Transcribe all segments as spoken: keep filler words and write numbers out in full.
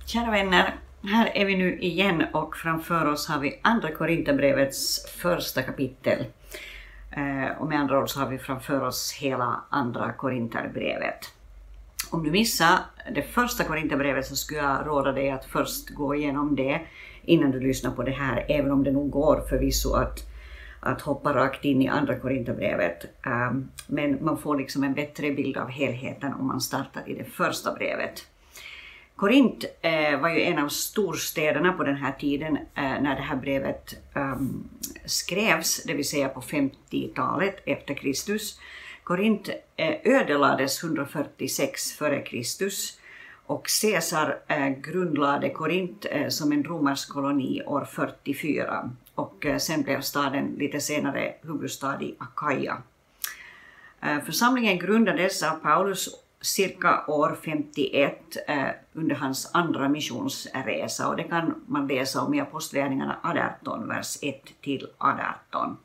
Kära vänner, här är vi nu igen och framför oss har vi andra Korinthierbrevets första kapitel. Eh, och med andra ord så har vi framför oss hela andra Korinthierbrevet. Om du missar det första Korinthierbrevet så skulle jag råda dig att först gå igenom det innan du lyssnar på det här, även om det nog går förvisso att, att hoppa rakt in i andra Korinthierbrevet. Um, men man får liksom en bättre bild av helheten om man startar i det första brevet. Korint eh, var ju en av storstäderna på den här tiden eh, när det här brevet um, skrevs, det vill säga på femtiotalet efter Kristus. Korint eh, ödelades hundrafyrtiosex före Kristus och Caesar eh, grundlade Korint eh, som en romersk koloni år fyrtiofyra och eh, sen blev staden lite senare huvudstad i Akaia. Eh, församlingen grundades av Paulus cirka år femtioett eh, under hans andra missionsresa, och det kan man läsa om i Apostlagärningarna arton, vers ett till arton.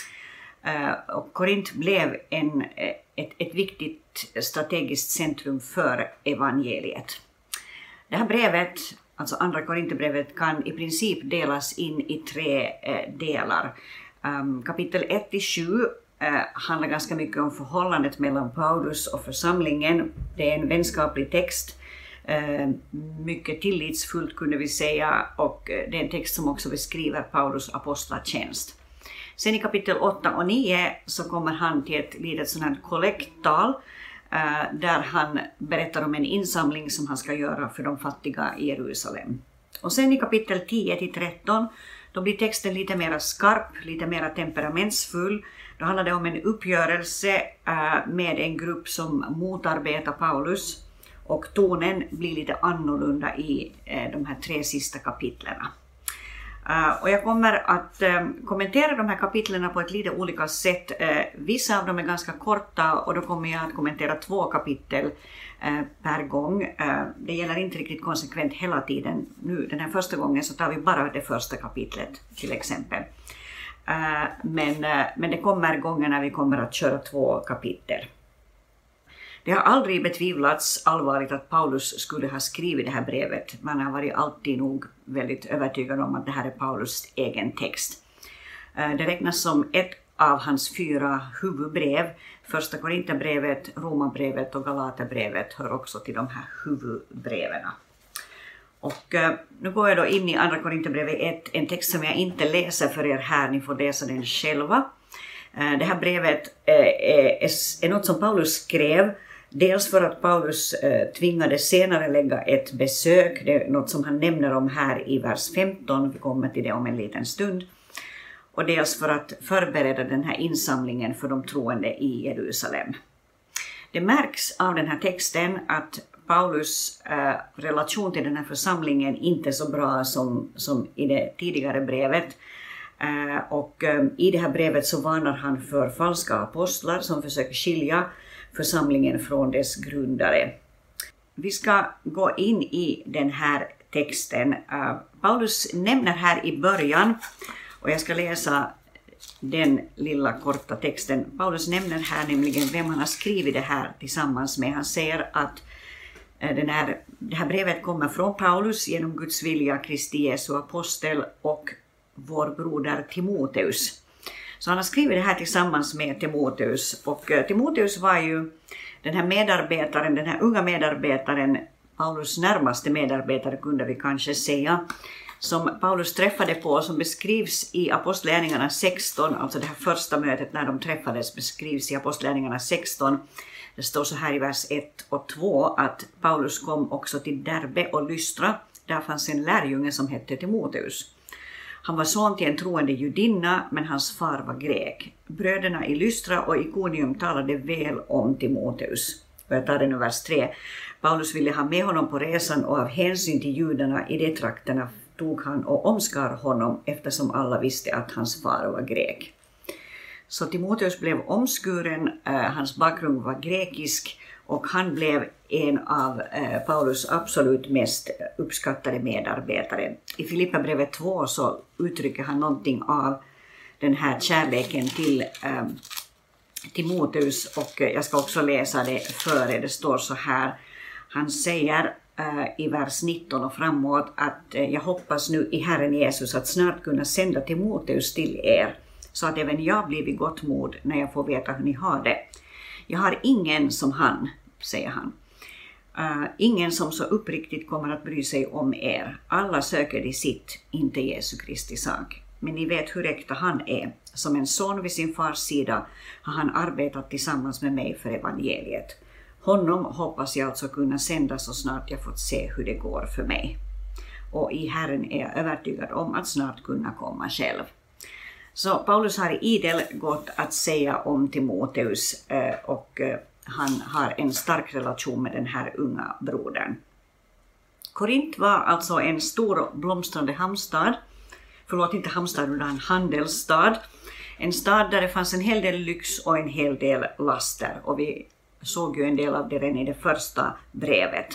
Eh, och Korint blev en, ett, ett viktigt strategiskt centrum för evangeliet. Det här brevet, alltså andra Korinthierbrevet, kan i princip delas in i tre eh, delar. Um, kapitel ett till sju Uh, handlar ganska mycket om förhållandet mellan Paulus och församlingen. Det är en vänskaplig text, uh, mycket tillitsfullt kunde vi säga, och uh, det är en text som också beskriver Paulus apostlatjänst. Sen i kapitel åtta och nio så kommer han till ett litet sånt här kollekttal uh, där han berättar om en insamling som han ska göra för de fattiga i Jerusalem. Och sen i kapitel tio till tretton då blir texten lite mer skarp, lite mer temperamentsfull. Då handlar det om en uppgörelse äh, med en grupp som motarbetar Paulus, och tonen blir lite annorlunda i äh, de här tre sista kapitlerna. Uh, och jag kommer att äh, kommentera de här kapitlerna på ett lite olika sätt. Äh, vissa av dem är ganska korta, och då kommer jag att kommentera två kapitel äh, per gång. Äh, det gäller inte riktigt konsekvent hela tiden. Nu den här första gången så tar vi bara det första kapitlet till exempel. Uh, men, uh, men det kommer gånger när vi kommer att köra två kapitel. Det har aldrig betvivlats allvarligt att Paulus skulle ha skrivit det här brevet. Man har varit alltid nog väldigt övertygad om att det här är Paulus egen text. Uh, det räknas som ett av hans fyra huvudbrev. Första Korinthierbrevet, Romarbrevet och Galaterbrevet hör också till de här huvudbreven. Och uh, nu går jag då in i andra Korinthierbrevet ett, en text som jag inte läser för er här, ni får läsa den själva. Uh, det här brevet uh, är, är något som Paulus skrev, dels för att Paulus uh, tvingade senare lägga ett besök, det är något som han nämner om här i vers femton, vi kommer till det om en liten stund. Och dels för att förbereda den här insamlingen för de troende i Jerusalem. Det märks av den här texten att Paulus äh, relation till den här församlingen inte är så bra som, som i det tidigare brevet. Äh, och äh, i det här brevet så varnar han för falska apostlar som försöker skilja församlingen från dess grundare. Vi ska gå in i den här texten. Äh, Paulus nämner här i början, och jag ska läsa den lilla korta texten. Paulus nämner här nämligen vem han har skrivit det här tillsammans med. Han säger att Den här, det här brevet kommer från Paulus genom Guds vilja, Kristi Jesu apostel och vår broder Timoteus. Så han har skrivit det här tillsammans med Timoteus. Och Timoteus var ju den här medarbetaren, den här unga medarbetaren, Paulus närmaste medarbetare kunde vi kanske säga, som Paulus träffade på, som beskrivs i Apostlagärningarna sexton, alltså det här första mötet när de träffades beskrivs i Apostlagärningarna sexton. Det står så här i vers ett och två att Paulus kom också till Derbe och Lystra. Där fanns en lärjunge som hette Timoteus. Han var son till en troende judinna, men hans far var grek. Bröderna i Lystra och Ikonium talade väl om Timoteus. Och jag tar det nu vers tre. Paulus ville ha med honom på resan, och av hänsyn till judarna i de trakterna tog han och omskar honom, eftersom alla visste att hans far var grek. Så Timoteus blev omskuren, eh, hans bakgrund var grekisk, och han blev en av eh, Paulus absolut mest uppskattade medarbetare. I Filipperbrevet två så uttrycker han någonting av den här kärleken till eh, Timoteus, och jag ska också läsa det före. Det står så här: Han säger äh, i vers nitton och framåt att äh, jag hoppas nu i Herren Jesus att snart kunna sända Timoteus till er, så att även jag blir vid gott mod när jag får veta hur ni har det. Jag har ingen som han, säger han. Uh, ingen som så uppriktigt kommer att bry sig om er. Alla söker de sitt, inte Jesu Kristi sak. Men ni vet hur äkta han är. Som en son vid sin fars sida har han arbetat tillsammans med mig för evangeliet. Honom hoppas jag alltså kunna sända så snart jag fått se hur det går för mig. Och i Herren är jag övertygad om att snart kunna komma själv. Så Paulus har idel gott att säga om Timoteus uh, och uh, han har en stark relation med den här unga brodern. Korint var alltså en stor blomstrande hamnstad. Förlåt, inte hamnstad utan en handelsstad. En stad där det fanns en hel del lyx och en hel del laster. Och vi såg ju en del av det redan i det första brevet.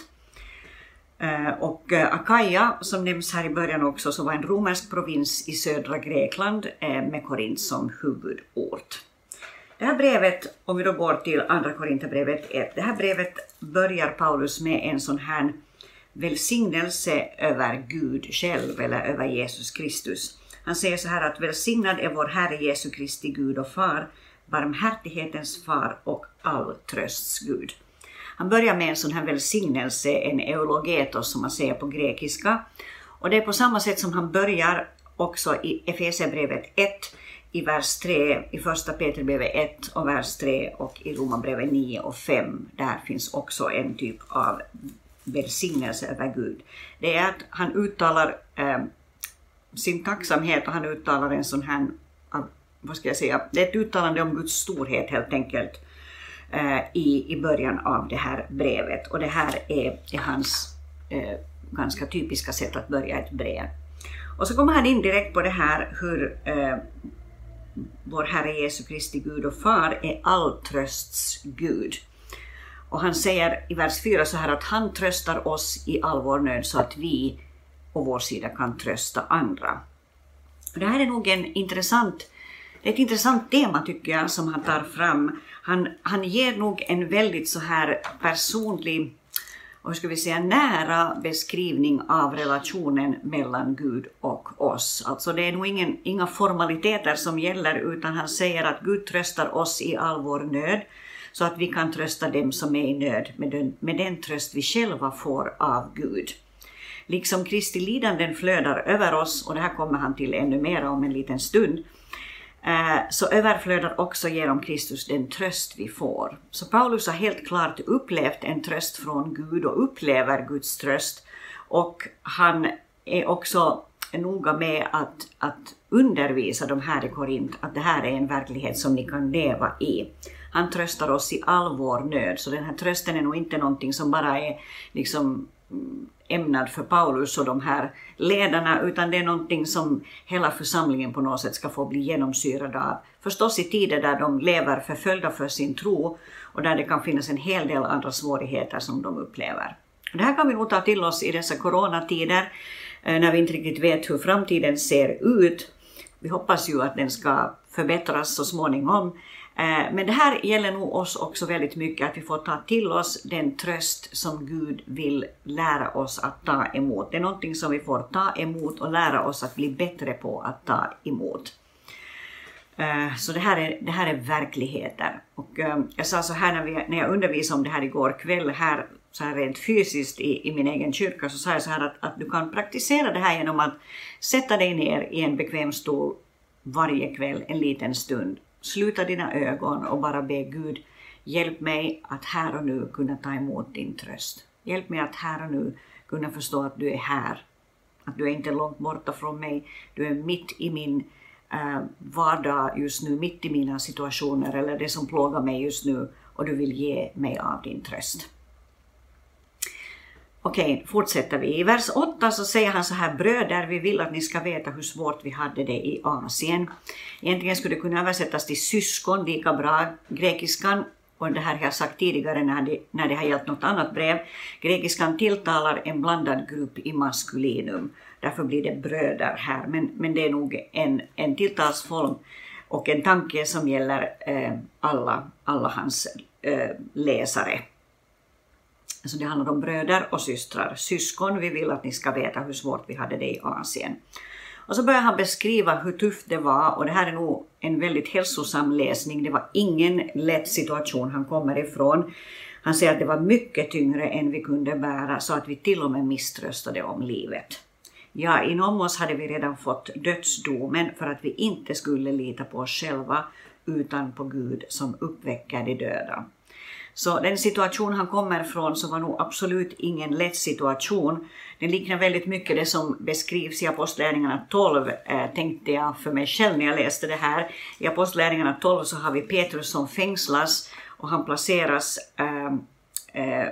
Och Akaia, som nämns här i början också, så var en romersk provins i södra Grekland med Korint som huvudort. Det här brevet, om vi då går till andra Korinthierbrevet ett, det här brevet börjar Paulus med en sån här välsignelse över Gud själv eller över Jesus Kristus. Han säger så här att välsignad är vår Herre Jesu Kristi Gud och Far, barmhärtighetens far och all trösts Gud. Han börjar med en sån här välsignelse, en eulogetos som man säger på grekiska. Och det är på samma sätt som han börjar också i Efesierbrevet ett, i vers tre, i första Petrusbrevet ett och vers tre och i Romarbrevet nio och fem. Där finns också en typ av välsignelse över Gud. Det är att han uttalar eh, sin tacksamhet och han uttalar en sån här, vad ska jag säga, det är ett uttalande om Guds storhet helt enkelt eh, i, i början av det här brevet. Och det här är, är hans eh, ganska typiska sätt att börja ett brev. Och så kommer han in direkt på det här hur eh, vår Herre Jesu Kristi Gud och Far är all trösts Gud. Och han säger i vers fyra så här att han tröstar oss i all vår nöd så att vi på vår sida kan trösta andra. Och det här är nog en intressant, det är ett intressant tema tycker jag som han tar fram. Han, han ger nog en väldigt så här personlig, och hur ska vi säga, nära beskrivning av relationen mellan Gud och oss. Alltså det är nog ingen, inga formaliteter som gäller, utan han säger att Gud tröstar oss i all vår nöd så att vi kan trösta dem som är i nöd med den, med den tröst vi själva får av Gud. Liksom Kristi lidanden flödar över oss, och det här kommer han till ännu mer om en liten stund, så överflödar också genom Kristus den tröst vi får. Så Paulus har helt klart upplevt en tröst från Gud och upplever Guds tröst. Och han är också noga med att, att undervisa de här i Korint att det här är en verklighet som ni kan leva i. Han tröstar oss i all vår nöd. Så den här trösten är nog inte någonting som bara är liksom ämnad för Paulus och de här ledarna, utan det är någonting som hela församlingen på något sätt ska få bli genomsyrad av. Förstås i tider där de lever förföljda för sin tro och där det kan finnas en hel del andra svårigheter som de upplever. Det här kan vi nog ta till oss i dessa coronatider när vi inte riktigt vet hur framtiden ser ut. Vi hoppas ju att den ska förbättras så småningom. Men det här gäller nog oss också väldigt mycket, att vi får ta till oss den tröst som Gud vill lära oss att ta emot. Det är någonting som vi får ta emot och lära oss att bli bättre på att ta emot. Så det här är, det här är verkligheter. Och jag sa så här när, vi, när jag undervisade om det här igår kväll här, så här rent fysiskt i, i min egen kyrka, så sa jag så här att, att du kan praktisera det här genom att sätta dig ner i en bekväm stol varje kväll en liten stund. Sluta dina ögon och bara be Gud, hjälp mig att här och nu kunna ta emot din tröst. Hjälp mig att här och nu kunna förstå att du är här. Att du är inte långt borta från mig. Du är mitt i min eh, vardag just nu, mitt i mina situationer eller det som plågar mig just nu, och du vill ge mig av din tröst. Okej, fortsätter vi. I vers åtta så säger han så här: bröder, vi vill att ni ska veta hur svårt vi hade det i Asien. Egentligen skulle det kunna översättas till syskon lika bra. Grekiskan, och det här har jag sagt tidigare när det, när det har gällt något annat brev, grekiskan tilltalar en blandad grupp i maskulinum. Därför blir det bröder här. Men, men det är nog en, en tilltalsform och en tanke som gäller eh, alla, alla hans eh, läsare. Så det handlar om bröder och systrar. Syskon, vi vill att ni ska veta hur svårt vi hade det i Asien. Och så börjar han beskriva hur tufft det var, och det här är nog en väldigt hälsosam läsning. Det var ingen lätt situation han kommer ifrån. Han säger att det var mycket tyngre än vi kunde bära, så att vi till och med misströstade om livet. Ja, inom oss hade vi redan fått dödsdomen för att vi inte skulle lita på oss själva utan på Gud som uppväcker de döda. Så den situation han kommer ifrån så var nog absolut ingen lätt situation. Det liknar väldigt mycket det som beskrivs i Apostlagärningarna tolv, eh, tänkte jag för mig själv när jag läste det här. I Apostlagärningarna tolv så har vi Petrus som fängslas, och han placeras eh, eh,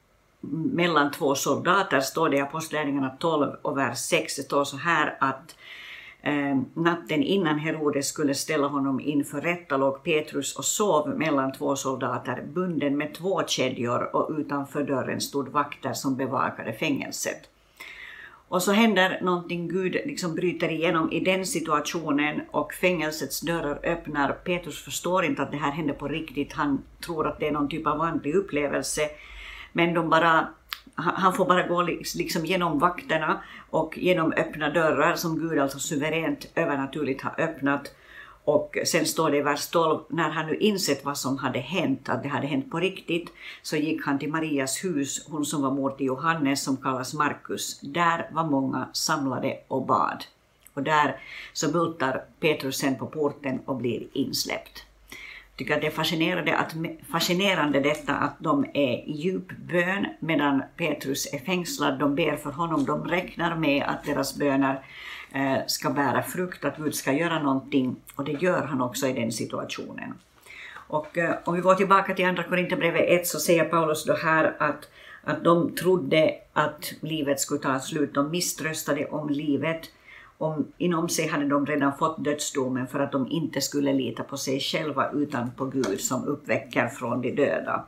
mellan två soldater, står det i Apostlagärningarna tolv och vers sex. Det står så här att Eh, natten innan Herodes skulle ställa honom inför rätta låg Petrus och sov mellan två soldater, bunden med två kedjor, och utanför dörren stod vakter som bevakade fängelset. Och så händer någonting, Gud liksom bryter igenom i den situationen och fängelsets dörrar öppnar. Petrus förstår inte att det här händer på riktigt, han tror att det är någon typ av vanlig upplevelse, men de bara... Han får bara gå liksom genom vakterna och genom öppna dörrar som Gud alltså suveränt övernaturligt har öppnat. Och sen står det i vers tolv, när han nu insett vad som hade hänt, att det hade hänt på riktigt, så gick han till Marias hus, hon som var mor till Johannes som kallas Markus. Där var många samlade och bad. Och där så bultar Petrus sen på porten och blir insläppt. Jag tycker att det är fascinerande, att, fascinerande detta att de är i djup bön medan Petrus är fängslad. De ber för honom, de räknar med att deras böner eh, ska bära frukt, att Gud ska göra någonting, och det gör han också i den situationen. Och eh, om vi går tillbaka till andra Korinthierbrevet ett så säger Paulus då här att, att de trodde att livet skulle ta slut, de misströstade om livet. Om, inom sig hade de redan fått dödsdomen för att de inte skulle lita på sig själva utan på Gud som uppväcker från de döda.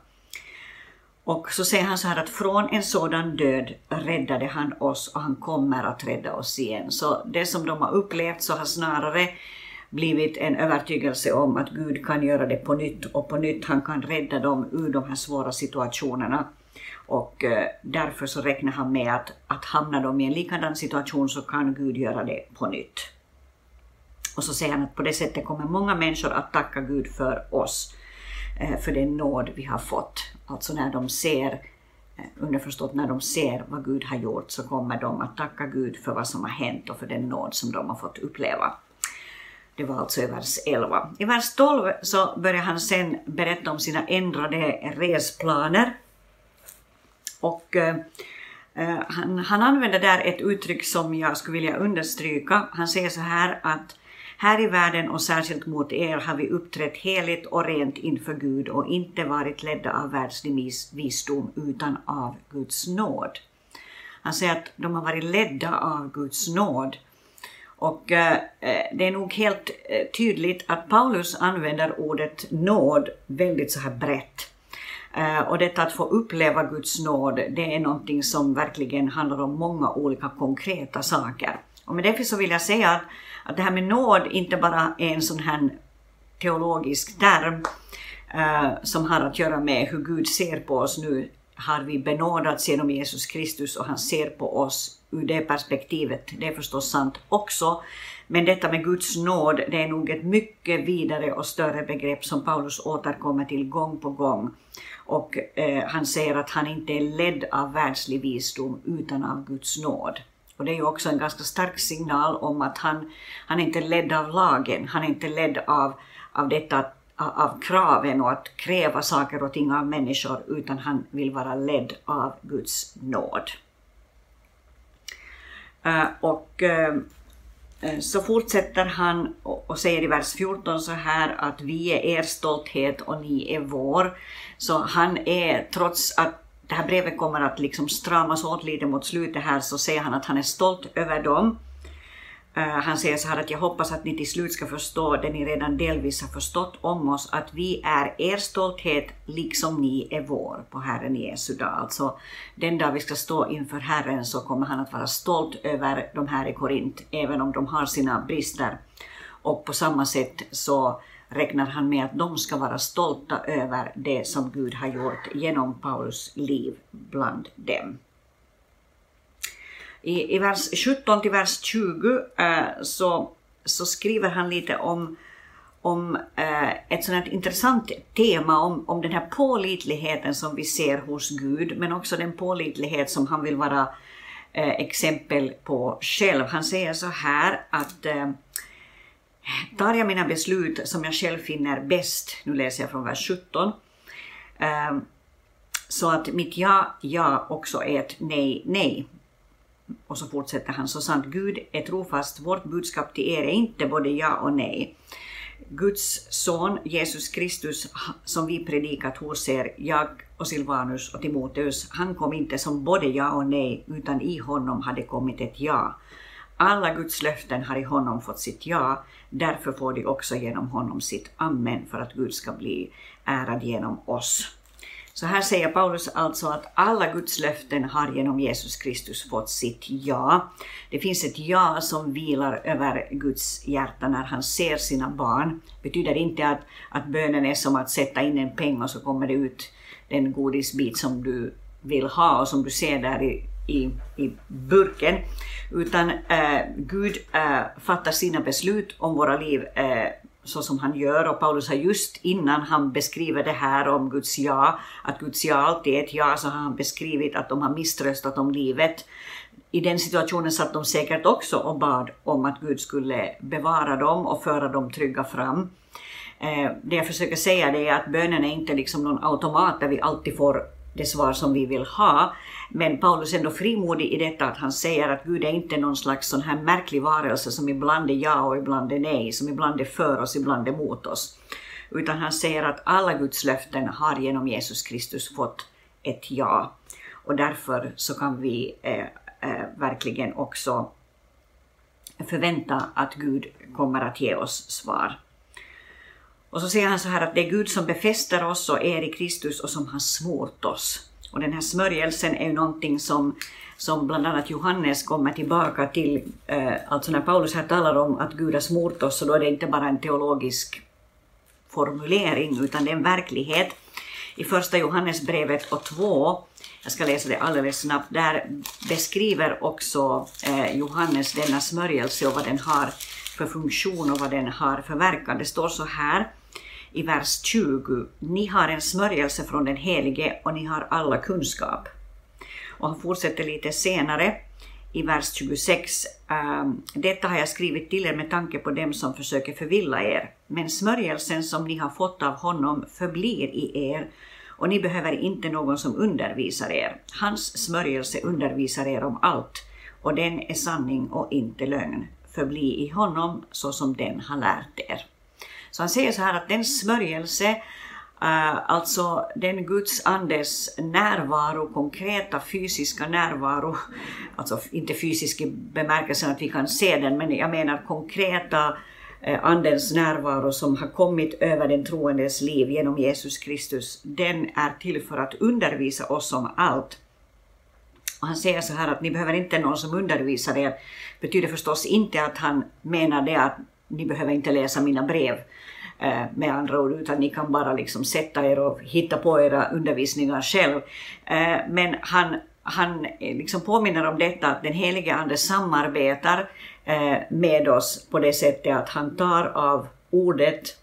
Och så säger han så här att från en sådan död räddade han oss, och han kommer att rädda oss igen. Så det som de har upplevt så har snarare blivit en övertygelse om att Gud kan göra det på nytt och på nytt. Han kan rädda dem ur de här svåra situationerna. Och eh, därför så räknar han med att, att hamna de i en likadan situation så kan Gud göra det på nytt. Och så säger han att på det sättet kommer många människor att tacka Gud för oss, eh, för den nåd vi har fått. Alltså när de ser, eh, underförstått när de ser vad Gud har gjort, så kommer de att tacka Gud för vad som har hänt och för den nåd som de har fått uppleva. Det var alltså i vers elva. I vers tolv så börjar han sen berätta om sina ändrade resplaner. Och eh, han, han använder där ett uttryck som jag skulle vilja understryka. Han säger så här att här i världen och särskilt mot er har vi uppträtt heligt och rent inför Gud och inte varit ledda av världslig visdom utan av Guds nåd. Han säger att de har varit ledda av Guds nåd. Och eh, det är nog helt eh, tydligt att Paulus använder ordet nåd väldigt så här brett. Uh, och detta att få uppleva Guds nåd, det är någonting som verkligen handlar om många olika konkreta saker. Och med det så vill jag säga att, att det här med nåd inte bara är en sån här teologisk term uh, som har att göra med hur Gud ser på oss. Nu har vi benådats genom Jesus Kristus och han ser på oss ur det perspektivet. Det är förstås sant också. Men detta med Guds nåd, det är nog ett mycket vidare och större begrepp som Paulus återkommer till gång på gång. Och eh, han säger att han inte är ledd av världslig visdom utan av Guds nåd. Och det är ju också en ganska stark signal om att han, han är inte ledd av lagen. Han är inte ledd av, av detta, av kraven och att kräva saker och ting av människor, utan han vill vara ledd av Guds nåd. Uh, och... Uh, Så fortsätter han och säger i vers fjorton så här att vi är er stolthet och ni är vår. Så han är, trots att det här brevet kommer att liksom stramas åt lite mot slutet här, så säger han att han är stolt över dem. Uh, han säger så här att jag hoppas att ni till slut ska förstå det ni redan delvis har förstått om oss, att vi är er stolthet liksom ni är vår på Herren Jesu dag. Alltså den dag vi ska stå inför Herren så kommer han att vara stolt över de här i Korint, även om de har sina brister. Och på samma sätt så räknar han med att de ska vara stolta över det som Gud har gjort genom Paulus liv bland dem. I, i vers sjutton till vers tjugo äh, så, så skriver han lite om, om äh, ett sådant intressant tema om, om den här pålitligheten som vi ser hos Gud, men också den pålitlighet som han vill vara äh, exempel på själv. Han säger så här att äh, tar jag mina beslut som jag själv finner bäst, nu läser jag från vers sjutton, äh, så att mitt ja, ja också är ett nej, nej. Och så fortsätter han: så sant Gud är trofast, vårt budskap till er är inte både ja och nej. Guds son Jesus Kristus som vi predikat hos er, jag och Silvanus och Timoteus, han kom inte som både ja och nej, utan i honom hade kommit ett ja. Alla Guds löften har i honom fått sitt ja, därför får de också genom honom sitt amen, för att Gud ska bli ärad genom oss. Så här säger Paulus alltså att alla Guds löften har genom Jesus Kristus fått sitt ja. Det finns ett ja som vilar över Guds hjärta när han ser sina barn. Det betyder inte att, att bönen är som att sätta in en peng och så kommer det ut den godisbit som du vill ha och som du ser där i, i, i burken. Utan äh, Gud äh, fattar sina beslut om våra liv äh, så som han gör, och Paulus har just innan han beskriver det här om Guds ja, att Guds ja alltid är ett ja, så har han beskrivit att de har misströstat om livet. I den situationen satt de säkert också och bad om att Gud skulle bevara dem och föra dem trygga fram. Eh, det jag försöker säga det är att bönen är inte liksom någon automat där vi alltid får det svar som vi vill ha. Men Paulus är ändå frimodig i detta att han säger att Gud är inte någon slags sån här märklig varelse som ibland är ja och ibland är nej, som ibland är för oss, ibland är mot oss. Utan han säger att alla Guds löften har genom Jesus Kristus fått ett ja. Och därför så kan vi eh, eh, verkligen också förvänta att Gud kommer att ge oss svar. Och så säger han så här att det är Gud som befäster oss och är i Kristus och som har smort oss. Och den här smörjelsen är ju någonting som, som bland annat Johannes kommer tillbaka till. Eh, alltså när Paulus här talar om att Gud har smort oss, så då är det inte bara en teologisk formulering utan det är en verklighet. I första Johannesbrevet och två, jag ska läsa det alldeles snabbt, där beskriver också eh, Johannes denna smörjelse och vad den har för funktion och vad den har för verkan. Det står så här i vers tjugo: ni har en smörjelse från den helige och ni har alla kunskap. Och han fortsätter lite senare i vers tjugosex: um, detta har jag skrivit till er med tanke på dem som försöker förvilla er. Men smörjelsen som ni har fått av honom förblir i er, och ni behöver inte någon som undervisar er. Hans smörjelse undervisar er om allt, och den är sanning och inte lögn. Förbli i honom så som den har lärt er. Så han säger så här att den smörjelse, uh, alltså den Guds andes närvaro, konkreta fysiska närvaro, alltså inte fysisk i bemärkelsen att vi kan se den, men jag menar konkreta uh, andens närvaro som har kommit över den troendes liv genom Jesus Kristus, den är till för att undervisa oss om allt. Och han säger så här att ni behöver inte någon som undervisar er. Betyder förstås inte att han menar det att ni behöver inte läsa mina brev eh, med andra ord, utan ni kan bara liksom sätta er och hitta på era undervisningar själv. Eh, men han, han liksom påminner om detta att den helige ande samarbetar eh, med oss på det sättet att han tar av ordet,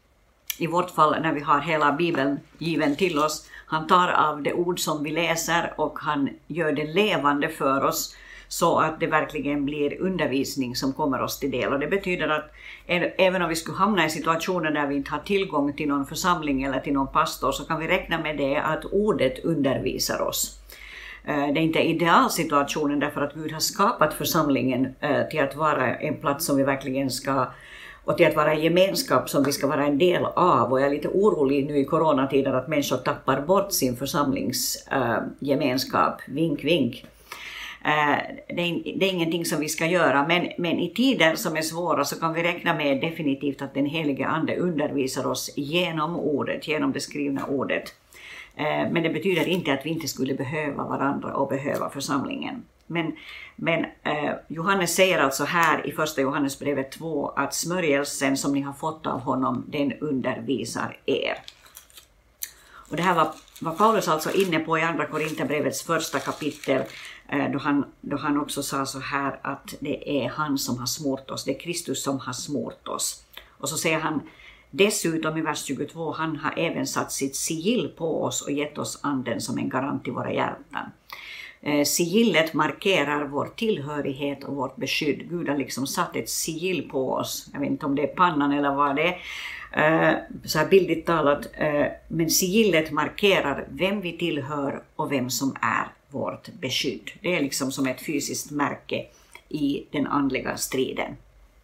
i vårt fall när vi har hela Bibeln given till oss, han tar av det ord som vi läser och han gör det levande för oss så att det verkligen blir undervisning som kommer oss till del. Och det betyder att även om vi skulle hamna i situationer där vi inte har tillgång till någon församling eller till någon pastor, så kan vi räkna med det att ordet undervisar oss. Det är inte idealsituationen därför att Gud har skapat församlingen till att vara en plats som vi verkligen ska, och till att vara en gemenskap som vi ska vara en del av. Och jag är lite orolig nu i coronatider att människor tappar bort sin församlingsgemenskap. Uh, vink, vink. Uh, det, är, det är ingenting som vi ska göra, men, men i tider som är svåra så kan vi räkna med definitivt att den helige ande undervisar oss genom ordet, genom det skrivna ordet. Uh, men det betyder inte att vi inte skulle behöva varandra och behöva församlingen. Men, men eh, Johannes säger alltså här i första Johannesbrevet två att smörjelsen som ni har fått av honom, den undervisar er. Och det här var, var Paulus alltså inne på i andra Korinthierbrevets första kapitel, eh, då, han, då han också sa så här att det är han som har smort oss, det är Kristus som har smort oss. Och så säger han dessutom i vers tjugotvå, han har även satt sitt sigill på oss och gett oss anden som en garant i våra hjärtan. Eh, sigillet markerar vår tillhörighet och vårt beskydd. Gud har liksom satt ett sigill på oss. Jag vet inte om det är pannan eller vad det är. Eh, så här bildligt talat. Eh, men sigillet markerar vem vi tillhör och vem som är vårt beskydd. Det är liksom som ett fysiskt märke i den andliga striden.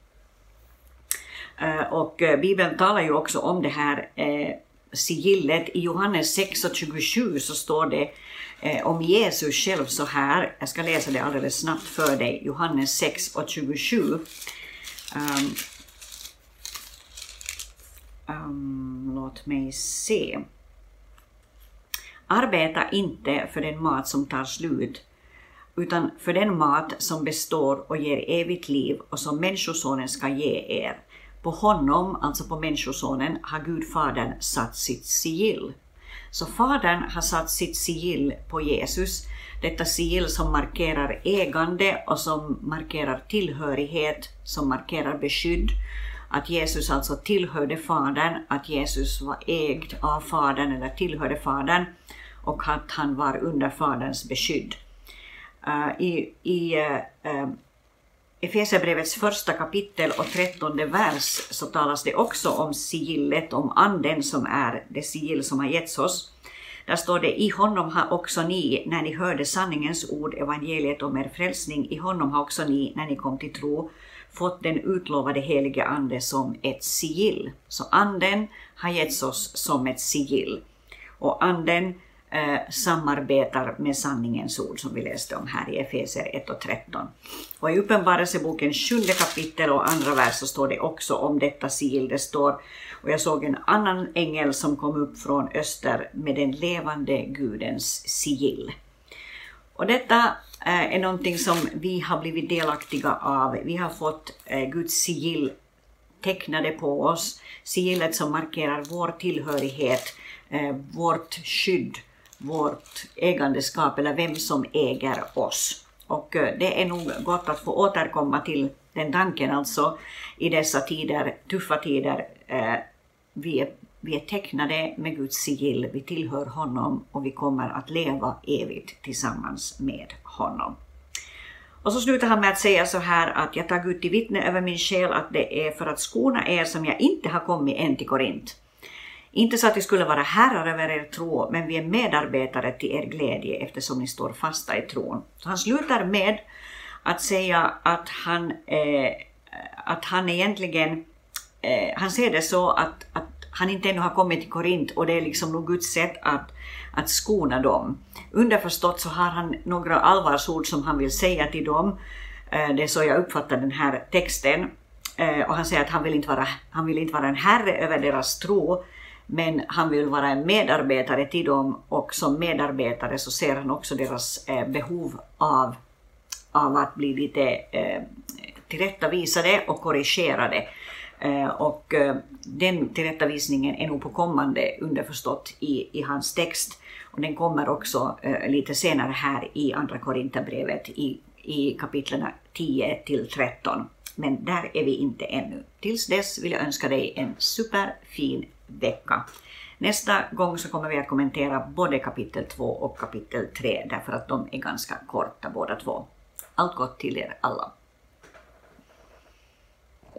Och Bibeln talar ju också om det här eh, sigillet. I Johannes sex och tjugosju så står det eh, om Jesus själv så här. Jag ska läsa det alldeles snabbt för dig. Johannes sex och tjugosju. Um, um, låt mig se. Arbeta inte för den mat som tar slut, utan för den mat som består och ger evigt liv och som människosonen ska ge er. På honom, alltså på människosonen, har Gud Fadern satt sitt sigill. Så Fadern har satt sitt sigill på Jesus. Detta sigill som markerar ägande och som markerar tillhörighet, som markerar beskydd. Att Jesus alltså tillhörde Fadern, att Jesus var ägd av Fadern eller tillhörde Fadern och att han var under Faderns beskydd. Uh, I i uh, Efesierbrevets första kapitel och trettonde vers så talas det också om sigillet, om anden som är det sigill som har getts oss. Där står det, i honom har också ni, när ni hörde sanningens ord, evangeliet om er frälsning, i honom har också ni, när ni kom till tro, fått den utlovade helige ande som ett sigill. Så anden har getts oss som ett sigill. Och anden eh, samarbetar med sanningens ord som vi läste om här i Efesier ett och tretton. Och i Uppenbarelseboken sjunde kapitel och andra vers så står det också om detta sigill. Det står, och jag såg en annan ängel som kom upp från öster med den levande Gudens sigill. Och detta är någonting som vi har blivit delaktiga av. Vi har fått Guds sigill tecknade på oss. Sigillet som markerar vår tillhörighet, vårt skydd, vårt ägandeskap eller vem som äger oss. Och det är nog gott att få återkomma till den tanken alltså i dessa tider, tuffa tider. Vi är, vi är tecknade med Guds sigill, vi tillhör honom och vi kommer att leva evigt tillsammans med honom. Och så slutar han med att säga så här att jag tar Gud till vittne över min själ att det är för att skona er som jag inte har kommit än till Korint. Inte så att vi skulle vara herrar över er tro, men vi är medarbetare till er glädje eftersom ni står fasta i tron. Så han slutar med att säga att han, eh, att han egentligen, eh, han ser det så att, att han inte ännu har kommit till Korint och det är liksom nog Guds sätt att, att skona dem. Underförstått så har han några allvarsord som han vill säga till dem. Eh, det är så jag uppfattar den här texten. Eh, och han säger att han vill, inte vara, han vill inte vara en herre över deras tro, men han vill vara en medarbetare till dem och som medarbetare så ser han också deras eh, behov av, av att bli lite eh, tillrättavisade och korrigerade. Eh, och eh, den tillrättavisningen är nog på kommande underförstått i, i hans text. Och den kommer också eh, lite senare här i andra Korinthierbrevet i, i kapitlerna tio till tretton. Men där är vi inte ännu. Tills dess vill jag önska dig en superfin vecka. Nästa gång så kommer vi att kommentera både kapitel två och kapitel tre därför att de är ganska korta båda två. Allt gott till er alla.